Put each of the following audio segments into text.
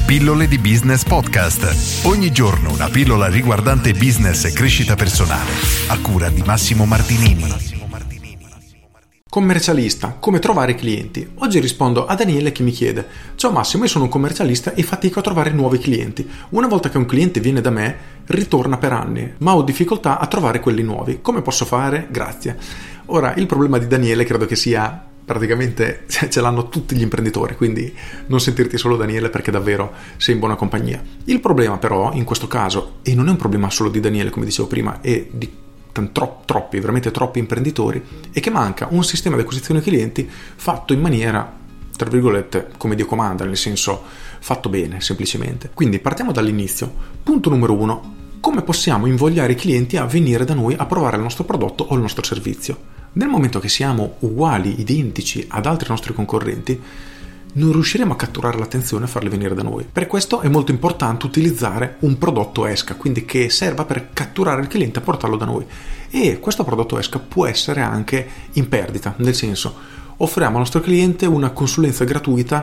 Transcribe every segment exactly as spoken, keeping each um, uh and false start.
Pillole di Business Podcast. Ogni giorno una pillola riguardante business e crescita personale. A cura di Massimo Martinini. Commercialista, come trovare clienti? Oggi rispondo a Daniele che mi chiede: ciao Massimo, io sono un commercialista e fatico a trovare nuovi clienti. Una volta che un cliente viene da me, ritorna per anni, ma ho difficoltà a trovare quelli nuovi. Come posso fare? Grazie. Ora, il problema di Daniele credo che sia praticamente ce l'hanno tutti gli imprenditori, quindi non sentirti solo Daniele, perché davvero sei in buona compagnia. Il problema però in questo caso, e non è un problema solo di Daniele come dicevo prima, è di Tro- troppi, veramente troppi imprenditori, e che manca un sistema di acquisizione clienti fatto in maniera, tra virgolette, come Dio comanda, nel senso fatto bene, semplicemente. Quindi partiamo dall'inizio. Punto numero uno: come possiamo invogliare i clienti a venire da noi a provare il nostro prodotto o il nostro servizio? Nel momento che siamo uguali, identici ad altri nostri concorrenti, non riusciremo a catturare l'attenzione e a farli venire da noi. Per questo è molto importante utilizzare un prodotto esca, quindi che serva per catturare il cliente e portarlo da noi. E questo prodotto esca può essere anche in perdita, nel senso, offriamo al nostro cliente una consulenza gratuita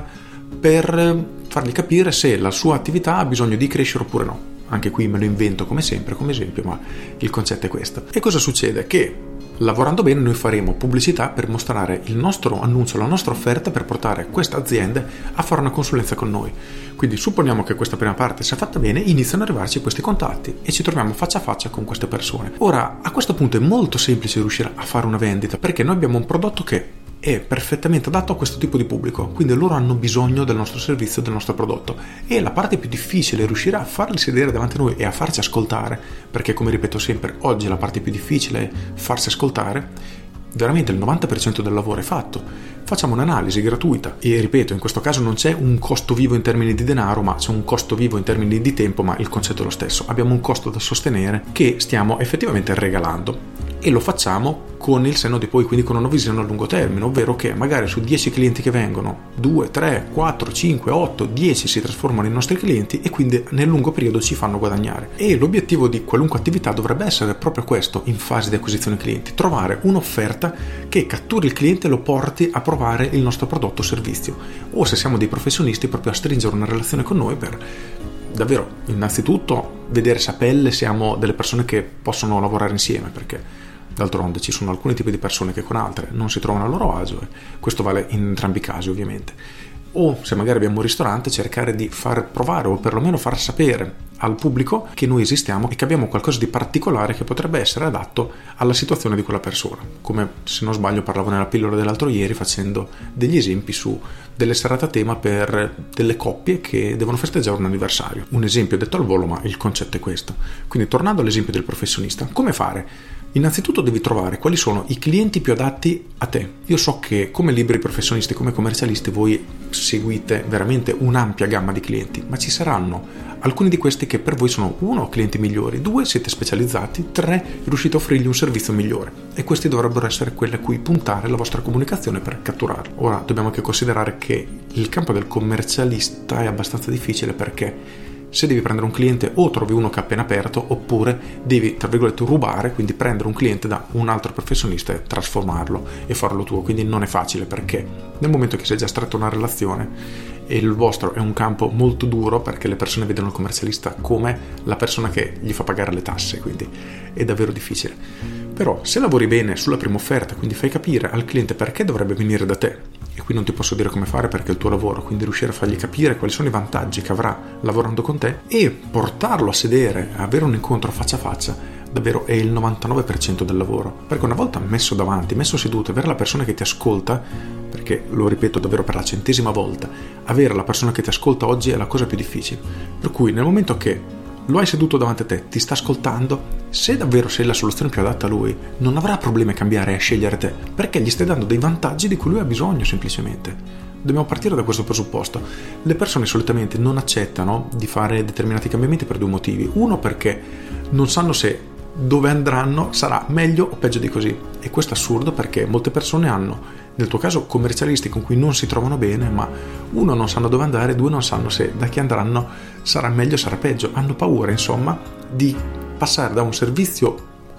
per fargli capire se la sua attività ha bisogno di crescere oppure no. Anche qui me lo invento come sempre, come esempio, ma il concetto è questo. E cosa succede? Che lavorando bene noi faremo pubblicità per mostrare il nostro annuncio, la nostra offerta, per portare queste aziende a fare una consulenza con noi. Quindi supponiamo che questa prima parte sia fatta bene, iniziano ad arrivarci questi contatti e ci troviamo faccia a faccia con queste persone. Ora, a questo punto è molto semplice riuscire a fare una vendita, perché noi abbiamo un prodotto che è perfettamente adatto a questo tipo di pubblico, quindi loro hanno bisogno del nostro servizio, del nostro prodotto, e la parte più difficile è riuscire a farli sedere davanti a noi e a farci ascoltare, perché, come ripeto sempre, oggi la parte più difficile è farsi ascoltare. Veramente il novanta per cento del lavoro è fatto. Facciamo un'analisi gratuita e, ripeto, in questo caso non c'è un costo vivo in termini di denaro, ma c'è un costo vivo in termini di tempo, ma il concetto è lo stesso. Abbiamo un costo da sostenere che stiamo effettivamente regalando, e lo facciamo con il senno di poi, quindi con una visione a lungo termine, ovvero che magari su dieci clienti che vengono, due, tre, quattro, cinque, otto, dieci si trasformano in nostri clienti e quindi nel lungo periodo ci fanno guadagnare. E l'obiettivo di qualunque attività dovrebbe essere proprio questo in fase di acquisizione clienti: trovare un'offerta che catturi il cliente e lo porti a provare il nostro prodotto o servizio, o, se siamo dei professionisti, proprio a stringere una relazione con noi per davvero innanzitutto vedere se a pelle siamo delle persone che possono lavorare insieme, perché d'altronde ci sono alcuni tipi di persone che con altre non si trovano a loro agio, e questo vale in entrambi i casi ovviamente. O, se magari abbiamo un ristorante, cercare di far provare o perlomeno far sapere al pubblico che noi esistiamo e che abbiamo qualcosa di particolare che potrebbe essere adatto alla situazione di quella persona, come, se non sbaglio, parlavo nella pillola dell'altro ieri facendo degli esempi su delle serate a tema per delle coppie che devono festeggiare un anniversario. Un esempio detto al volo, ma il concetto è questo. Quindi, tornando all'esempio del professionista, come fare? Innanzitutto devi trovare quali sono i clienti più adatti a te. Io so che come liberi professionisti, come commercialisti, voi seguite veramente un'ampia gamma di clienti, ma ci saranno alcuni di questi che per voi sono: uno, clienti migliori; due, siete specializzati; tre, riuscite a offrirgli un servizio migliore, e questi dovrebbero essere quelli a cui puntare la vostra comunicazione per catturarli. Ora dobbiamo anche considerare che il campo del commercialista è abbastanza difficile, perché se devi prendere un cliente o trovi uno che è appena aperto, oppure devi, tra virgolette, rubare, quindi prendere un cliente da un altro professionista e trasformarlo e farlo tuo. Quindi non è facile, perché nel momento che si è già stretta una relazione e il vostro è un campo molto duro, perché le persone vedono il commercialista come la persona che gli fa pagare le tasse, quindi è davvero difficile. Però se lavori bene sulla prima offerta, quindi fai capire al cliente perché dovrebbe venire da te, e qui non ti posso dire come fare perché è il tuo lavoro, quindi riuscire a fargli capire quali sono i vantaggi che avrà lavorando con te e portarlo a sedere, a avere un incontro faccia a faccia, davvero è il novantanove per cento del lavoro. Perché una volta messo davanti, messo seduto, avere la persona che ti ascolta, perché lo ripeto davvero per la centesima volta, avere la persona che ti ascolta oggi è la cosa più difficile. Per cui nel momento che lo hai seduto davanti a te, ti sta ascoltando, se davvero sei la soluzione più adatta a lui, non avrà problemi a cambiare e a scegliere te, perché gli stai dando dei vantaggi di cui lui ha bisogno, semplicemente. Dobbiamo partire da questo presupposto. Le persone solitamente non accettano di fare determinati cambiamenti per due motivi. Uno, perché non sanno se dove andranno sarà meglio o peggio di così, e questo è assurdo, perché molte persone hanno, nel tuo caso, commercialisti con cui non si trovano bene, ma uno, non sanno dove andare, due, non sanno se da chi andranno sarà meglio o sarà peggio, hanno paura insomma di passare da un servizio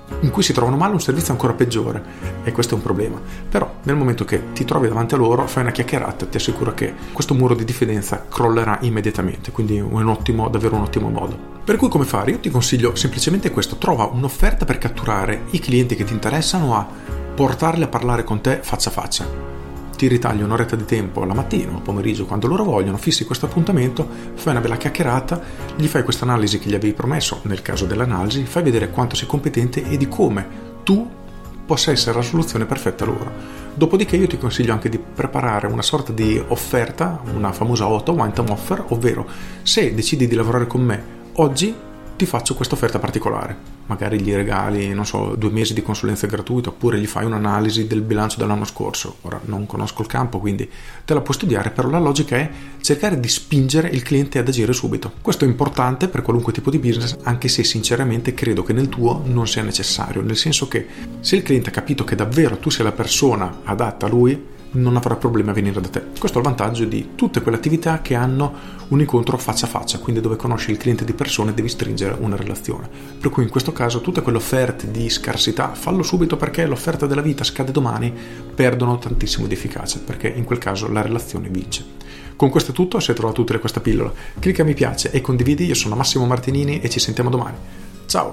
in cui si trovano male un servizio ancora peggiore, e questo è un problema. Però nel momento che ti trovi davanti a loro, fai una chiacchierata, ti assicuro che questo muro di diffidenza crollerà immediatamente, quindi è un ottimo, davvero un ottimo modo. Per cui come fare? Io ti consiglio semplicemente questo: trova un'offerta per catturare i clienti che ti interessano, a portarli a parlare con te faccia a faccia. Ti ritagli un'oretta di tempo la mattina o al pomeriggio, quando loro vogliono, fissi questo appuntamento, fai una bella chiacchierata, gli fai questa analisi che gli avevi promesso, nel caso dell'analisi, fai vedere quanto sei competente e di come tu possa essere la soluzione perfetta a loro. Dopodiché io ti consiglio anche di preparare una sorta di offerta, una famosa O T A, one time offer, ovvero se decidi di lavorare con me oggi ti faccio questa offerta particolare. Magari gli regali, non so, due mesi di consulenza gratuita, oppure gli fai un'analisi del bilancio dell'anno scorso. Ora non conosco il campo, quindi te la puoi studiare, però la logica è cercare di spingere il cliente ad agire subito. Questo è importante per qualunque tipo di business, anche se sinceramente credo che nel tuo non sia necessario, nel senso che se il cliente ha capito che davvero tu sei la persona adatta a lui, non avrà problemi a venire da te. Questo è il vantaggio di tutte quelle attività che hanno un incontro faccia a faccia, quindi dove conosci il cliente di persona e devi stringere una relazione. Per cui in questo caso tutte quelle offerte di scarsità fallo subito, perché l'offerta della vita scade domani, perdono tantissimo di efficacia, perché in quel caso la relazione vince. Con questo è tutto. Se hai trovato utile questa pillola, clicca mi piace e condividi. Io sono Massimo Martinini e ci sentiamo domani. Ciao!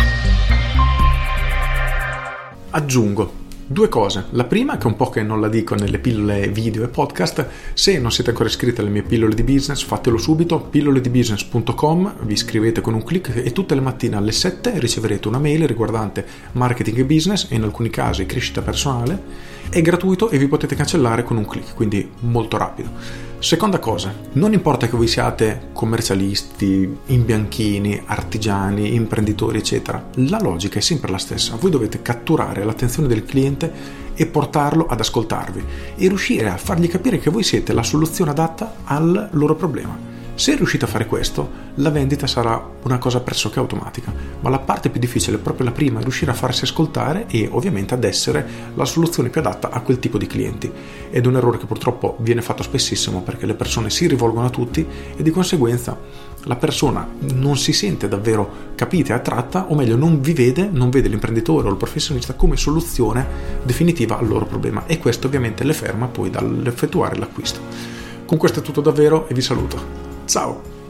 Aggiungo due cose. La prima, che è un po' che non la dico nelle pillole video e podcast: se non siete ancora iscritti alle mie pillole di business, fatelo subito. pillole di business punto com, vi iscrivete con un click e tutte le mattine alle sette riceverete una mail riguardante marketing e business, e in alcuni casi crescita personale. È gratuito e vi potete cancellare con un click, quindi molto rapido. Seconda cosa, non importa che voi siate commercialisti, imbianchini, artigiani, imprenditori eccetera, la logica è sempre la stessa. Voi dovete catturare l'attenzione del cliente e portarlo ad ascoltarvi e riuscire a fargli capire che voi siete la soluzione adatta al loro problema. Se riuscite a fare questo, la vendita sarà una cosa pressoché automatica, ma la parte più difficile è proprio la prima: riuscire a farsi ascoltare e ovviamente ad essere la soluzione più adatta a quel tipo di clienti. Ed è un errore che purtroppo viene fatto spessissimo, perché le persone si rivolgono a tutti e di conseguenza la persona non si sente davvero capita e attratta, o meglio non vi vede, non vede l'imprenditore o il professionista come soluzione definitiva al loro problema, e questo ovviamente le ferma poi dall'effettuare l'acquisto. Con questo è tutto davvero e vi saluto. Ciao!